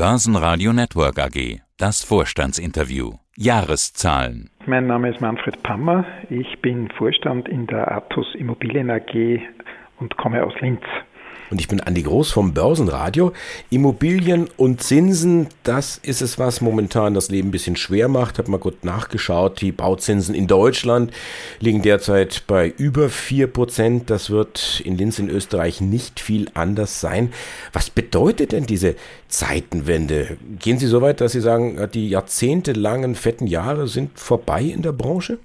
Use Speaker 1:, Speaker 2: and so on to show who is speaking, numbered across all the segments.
Speaker 1: Börsenradio Network AG. Das Vorstandsinterview. Jahreszahlen.
Speaker 2: Mein Name ist Manfred Pammer. Ich bin Vorstand in der Artus Immobilien AG und komme aus Linz.
Speaker 3: Und ich bin Andi Groß vom Börsenradio. Immobilien und Zinsen, das ist es, was momentan das Leben ein bisschen schwer macht. Hab mal gut nachgeschaut. Die Bauzinsen in Deutschland liegen derzeit bei über 4%. Das wird in Linz in Österreich nicht viel anders sein. Was bedeutet denn diese Zeitenwende? Gehen Sie so weit, dass Sie sagen, die jahrzehntelangen fetten Jahre sind vorbei in der Branche?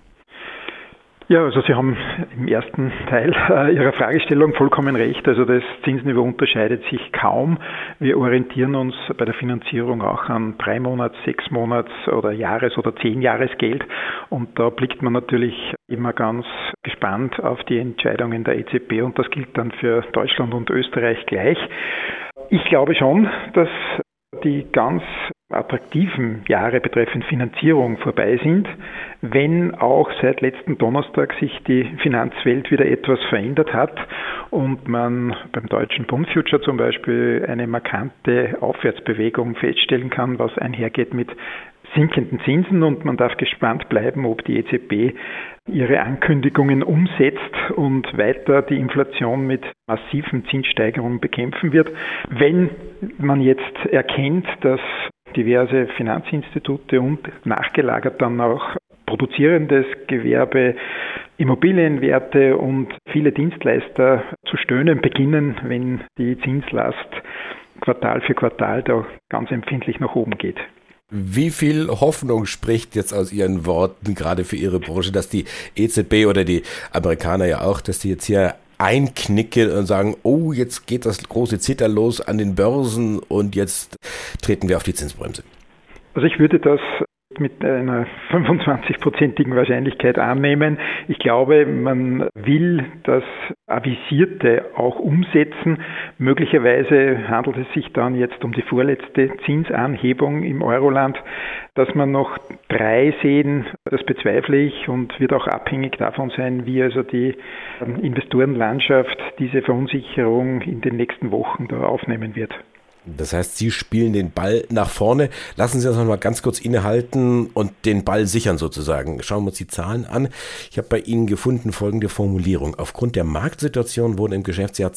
Speaker 2: Ja, also Sie haben im ersten Teil Ihrer Fragestellung vollkommen recht. Also das Zinsniveau unterscheidet sich kaum. Wir orientieren uns bei der Finanzierung auch an 3 Monats, 6 Monats oder Jahres- oder 10-Jahres-Geld. Und da blickt man natürlich immer ganz gespannt auf die Entscheidungen der EZB und das gilt dann für Deutschland und Österreich gleich. Ich glaube schon, dass die ganz attraktiven Jahre betreffend Finanzierung vorbei sind, wenn auch seit letzten Donnerstag sich die Finanzwelt wieder etwas verändert hat und man beim deutschen Bund-Future zum Beispiel eine markante Aufwärtsbewegung feststellen kann, was einhergeht mit sinkenden Zinsen und man darf gespannt bleiben, ob die EZB ihre Ankündigungen umsetzt und weiter die Inflation mit massiven Zinssteigerungen bekämpfen wird. Wenn man jetzt erkennt, dass diverse Finanzinstitute und nachgelagert dann auch produzierendes Gewerbe, Immobilienwerte und viele Dienstleister zu stöhnen beginnen, wenn die Zinslast Quartal für Quartal da ganz empfindlich nach oben geht.
Speaker 3: Wie viel Hoffnung spricht jetzt aus Ihren Worten gerade für Ihre Branche, dass die EZB oder die Amerikaner ja auch, dass die jetzt hier einknicken und sagen, oh, jetzt geht das große Zittern los an den Börsen und jetzt treten wir auf die Zinsbremse?
Speaker 2: Also ich würde das mit einer 25-prozentigen Wahrscheinlichkeit annehmen. Ich glaube, man will das Avisierte auch umsetzen. Möglicherweise handelt es sich dann jetzt um die vorletzte Zinsanhebung im Euroland. Dass man noch 3 sehen, das bezweifle ich und wird auch abhängig davon sein, wie also die Investorenlandschaft diese Verunsicherung in den nächsten Wochen da aufnehmen wird.
Speaker 3: Das heißt, Sie spielen den Ball nach vorne. Lassen Sie uns noch mal ganz kurz innehalten und den Ball sichern sozusagen. Schauen wir uns die Zahlen an. Ich habe bei Ihnen gefunden folgende Formulierung. Aufgrund der Marktsituation wurden im Geschäftsjahr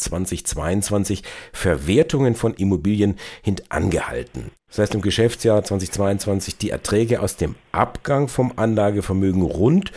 Speaker 3: 2022 Verwertungen von Immobilien hintangehalten. Das heißt, im Geschäftsjahr 2022 die Erträge aus dem Abgang vom Anlagevermögen rund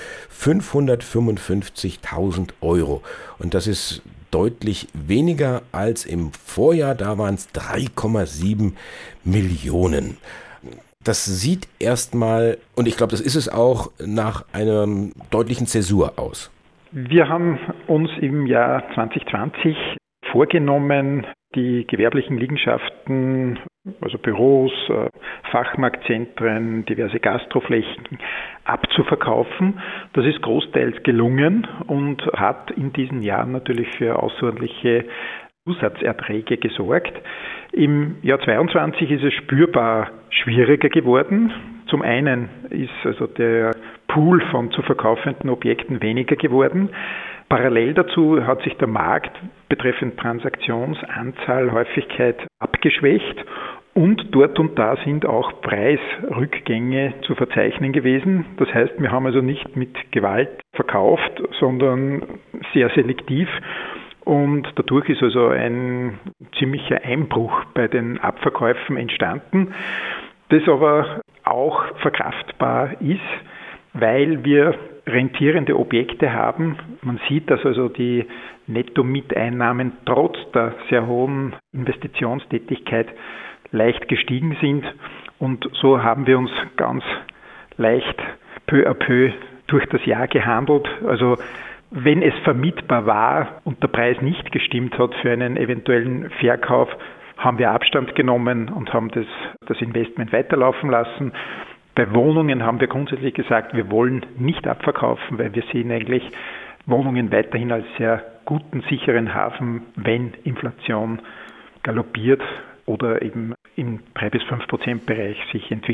Speaker 3: 555.000 Euro. Und das ist deutlich weniger als im Vorjahr, da waren es 3,7 Millionen. Das sieht erstmal, und ich glaube, das ist es auch, nach einer deutlichen Zäsur aus.
Speaker 2: Wir haben uns im Jahr 2020 vorgenommen, die gewerblichen Liegenschaften, also Büros, Fachmarktzentren, diverse Gastroflächen abzuverkaufen. Das ist großteils gelungen und hat in diesen Jahren natürlich für außerordentliche Zusatzerträge gesorgt. Im Jahr 2022 ist es spürbar schwieriger geworden. Zum einen ist also der Pool von zu verkaufenden Objekten weniger geworden. Parallel dazu hat sich der Markt betreffend Transaktionsanzahl, Häufigkeit abgeschwächt und dort und da sind auch Preisrückgänge zu verzeichnen gewesen. Das heißt, wir haben also nicht mit Gewalt verkauft, sondern sehr selektiv. Und dadurch ist also ein ziemlicher Einbruch bei den Abverkäufen entstanden, das aber auch verkraftbar ist, weil wir rentierende Objekte haben. Man sieht, dass also die Netto-Mieteinnahmen trotz der sehr hohen Investitionstätigkeit leicht gestiegen sind. Und so haben wir uns ganz leicht peu à peu durch das Jahr gehandelt. Also wenn es vermietbar war und der Preis nicht gestimmt hat für einen eventuellen Verkauf, haben wir Abstand genommen und haben das Investment weiterlaufen lassen. Bei Wohnungen haben wir grundsätzlich gesagt, wir wollen nicht abverkaufen, weil wir sehen eigentlich Wohnungen weiterhin als sehr guten, sicheren Hafen, wenn Inflation galoppiert oder eben im 3-5% Bereich sich entwickelt.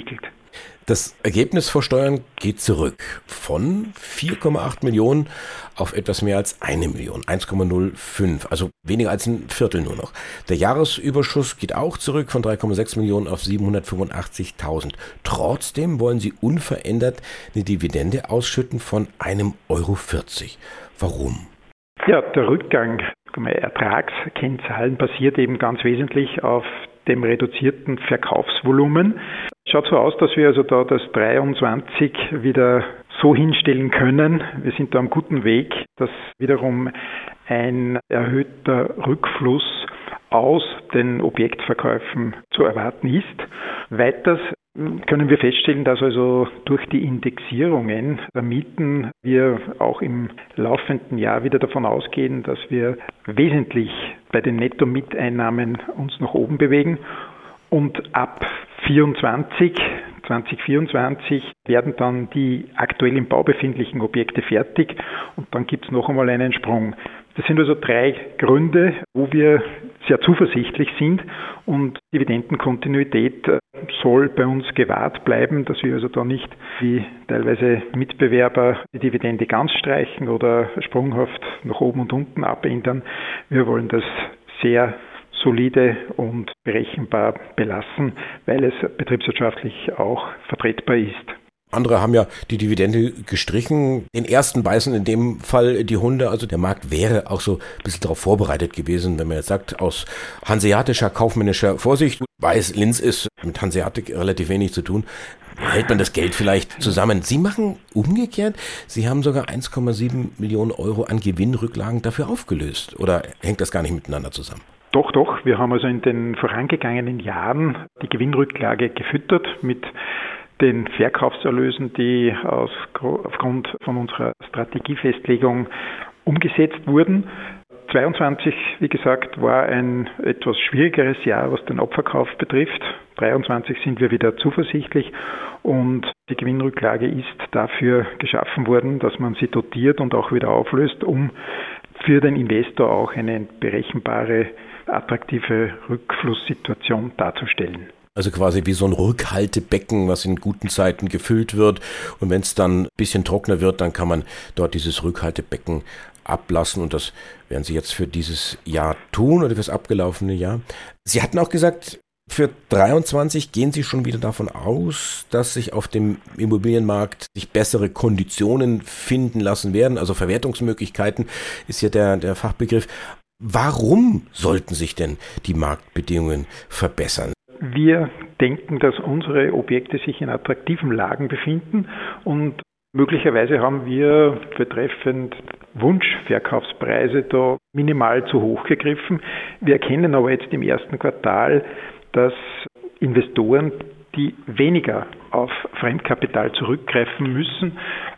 Speaker 3: Das Ergebnis vor Steuern geht zurück von 4,8 Millionen auf etwas mehr als 1 Million, 1,05, also weniger als ein Viertel nur noch. Der Jahresüberschuss geht auch zurück von 3,6 Millionen auf 785.000. Trotzdem wollen Sie unverändert eine Dividende ausschütten von 1,40 Euro. Warum?
Speaker 2: Ja, der Rückgang Ertragskennzahlen basiert eben ganz wesentlich auf dem reduzierten Verkaufsvolumen. Schaut so aus, dass wir also da das 23 wieder so hinstellen können. Wir sind da am guten Weg, dass wiederum ein erhöhter Rückfluss aus den Objektverkäufen zu erwarten ist. Weiters können wir feststellen, dass also durch die Indexierungen der Mieten wir auch im laufenden Jahr wieder davon ausgehen, dass wir wesentlich bei den Netto-Mieteinnahmen uns nach oben bewegen. Und ab 2024 werden dann die aktuell im Bau befindlichen Objekte fertig und dann gibt es noch einmal einen Sprung. Das sind also 3 Gründe, wo wir sehr zuversichtlich sind und Dividendenkontinuität soll bei uns gewahrt bleiben, dass wir also da nicht wie teilweise Mitbewerber die Dividende ganz streichen oder sprunghaft nach oben und unten abändern. Wir wollen das sehr solide und berechenbar belassen, weil es betriebswirtschaftlich auch vertretbar ist.
Speaker 3: Andere haben ja die Dividende gestrichen. Den ersten beißen in dem Fall die Hunde. Also der Markt wäre auch so ein bisschen darauf vorbereitet gewesen, wenn man jetzt sagt, aus hanseatischer, kaufmännischer Vorsicht, weiß, Linz ist mit Hanseatic relativ wenig zu tun, hält man das Geld vielleicht zusammen. Sie machen umgekehrt. Sie haben sogar 1,7 Millionen Euro an Gewinnrücklagen dafür aufgelöst. Oder hängt das gar nicht miteinander zusammen?
Speaker 2: Doch. Wir haben also in den vorangegangenen Jahren die Gewinnrücklage gefüttert mit den Verkaufserlösen, die aufgrund von unserer Strategiefestlegung umgesetzt wurden. 22, wie gesagt, war ein etwas schwierigeres Jahr, was den Abverkauf betrifft. 23 sind wir wieder zuversichtlich und die Gewinnrücklage ist dafür geschaffen worden, dass man sie dotiert und auch wieder auflöst, um für den Investor auch eine berechenbare, attraktive Rückflusssituation darzustellen.
Speaker 3: Also quasi wie so ein Rückhaltebecken, was in guten Zeiten gefüllt wird. Und wenn es dann ein bisschen trockener wird, dann kann man dort dieses Rückhaltebecken ablassen. Und das werden Sie jetzt für dieses Jahr tun oder für das abgelaufene Jahr. Sie hatten auch gesagt, für 23 gehen Sie schon wieder davon aus, dass sich auf dem Immobilienmarkt sich bessere Konditionen finden lassen werden. Also Verwertungsmöglichkeiten ist hier der Fachbegriff. Warum sollten sich denn die Marktbedingungen verbessern?
Speaker 2: Wir denken, dass unsere Objekte sich in attraktiven Lagen befinden und möglicherweise haben wir betreffend Wunschverkaufspreise da minimal zu hoch gegriffen. Wir erkennen aber jetzt im ersten Quartal, dass Investoren, die weniger auf Fremdkapital zurückgreifen müssen,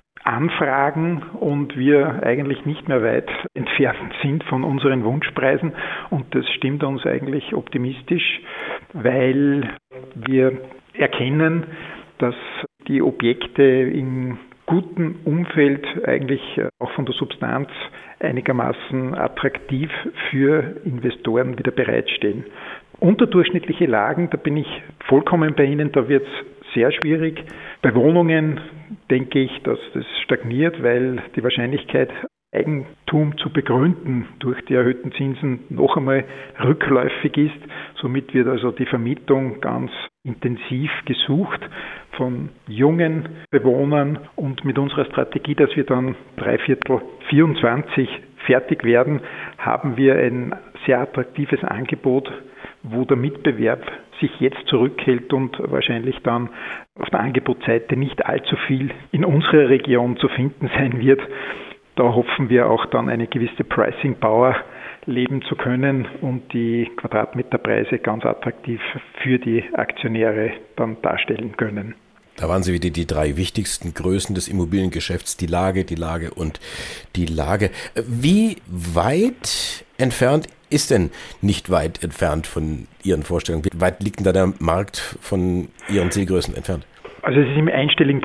Speaker 2: anfragen und wir eigentlich nicht mehr weit entfernt sind von unseren Wunschpreisen und das stimmt uns eigentlich optimistisch, weil wir erkennen, dass die Objekte in gutem Umfeld eigentlich auch von der Substanz einigermaßen attraktiv für Investoren wieder bereitstehen. Unterdurchschnittliche Lagen, da bin ich vollkommen bei Ihnen, da wird es sehr schwierig. Bei Wohnungen denke ich, dass das stagniert, weil die Wahrscheinlichkeit, Eigentum zu begründen durch die erhöhten Zinsen noch einmal rückläufig ist. Somit wird also die Vermietung ganz intensiv gesucht von jungen Bewohnern und mit unserer Strategie, dass wir dann 3/4/24 fertig werden, haben wir ein sehr attraktives Angebot, wo der Mitbewerb sich jetzt zurückhält und wahrscheinlich dann auf der Angebotsseite nicht allzu viel in unserer Region zu finden sein wird. Da hoffen wir auch dann eine gewisse Pricing Power leben zu können und die Quadratmeterpreise ganz attraktiv für die Aktionäre dann darstellen können.
Speaker 3: Da waren Sie wieder die 3 wichtigsten Größen des Immobiliengeschäfts, die Lage und die Lage. Wie weit entfernt ist denn nicht weit entfernt von Ihren Vorstellungen? Wie weit liegt denn da der Markt von Ihren Zielgrößen entfernt?
Speaker 2: Also es ist im einstelligen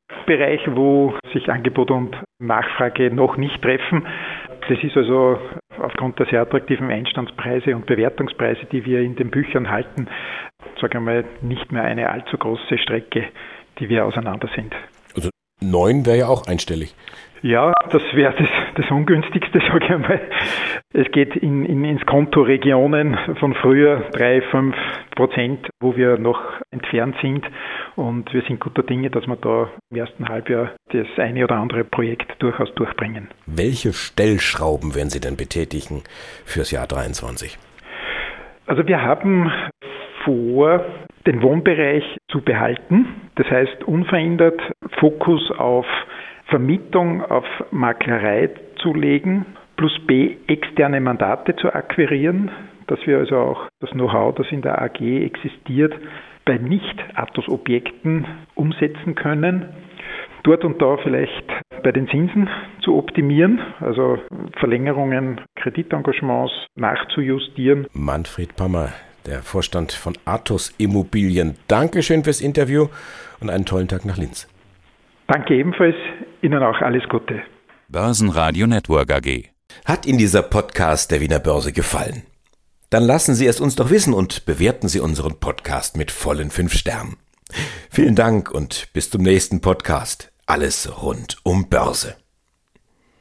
Speaker 2: Prozentbereich, wo sich Angebot und Nachfrage noch nicht treffen. Das ist also aufgrund der sehr attraktiven Einstandspreise und Bewertungspreise, die wir in den Büchern halten, sagen wir mal, nicht mehr eine allzu große Strecke, die wir auseinander sind.
Speaker 3: Also 9 wäre ja auch einstellig.
Speaker 2: Ja, das wäre das Ungünstigste, sage ich einmal. Es geht ins Konto Regionen von früher 3-5%, wo wir noch entfernt sind. Und wir sind guter Dinge, dass wir da im ersten Halbjahr das eine oder andere Projekt durchaus durchbringen.
Speaker 3: Welche Stellschrauben werden Sie denn betätigen fürs Jahr 23?
Speaker 2: Also wir haben vor, den Wohnbereich zu behalten. Das heißt, unverändert Fokus auf Vermietung, auf Maklerei zu legen, plus B, externe Mandate zu akquirieren, dass wir also auch das Know-how, das in der AG existiert, bei Nicht-Athos-Objekten umsetzen können. Dort und da vielleicht bei den Zinsen zu optimieren, also Verlängerungen, Kreditengagements nachzujustieren.
Speaker 3: Manfred Pammer, der Vorstand von Athos Immobilien. Dankeschön fürs Interview und einen tollen Tag nach Linz.
Speaker 2: Danke ebenfalls. Ihnen auch alles Gute.
Speaker 1: Börsenradio Network AG.
Speaker 3: Hat Ihnen dieser Podcast der Wiener Börse gefallen? Dann lassen Sie es uns doch wissen und bewerten Sie unseren Podcast mit vollen 5 Sternen. Vielen Dank und bis zum nächsten Podcast. Alles rund um Börse.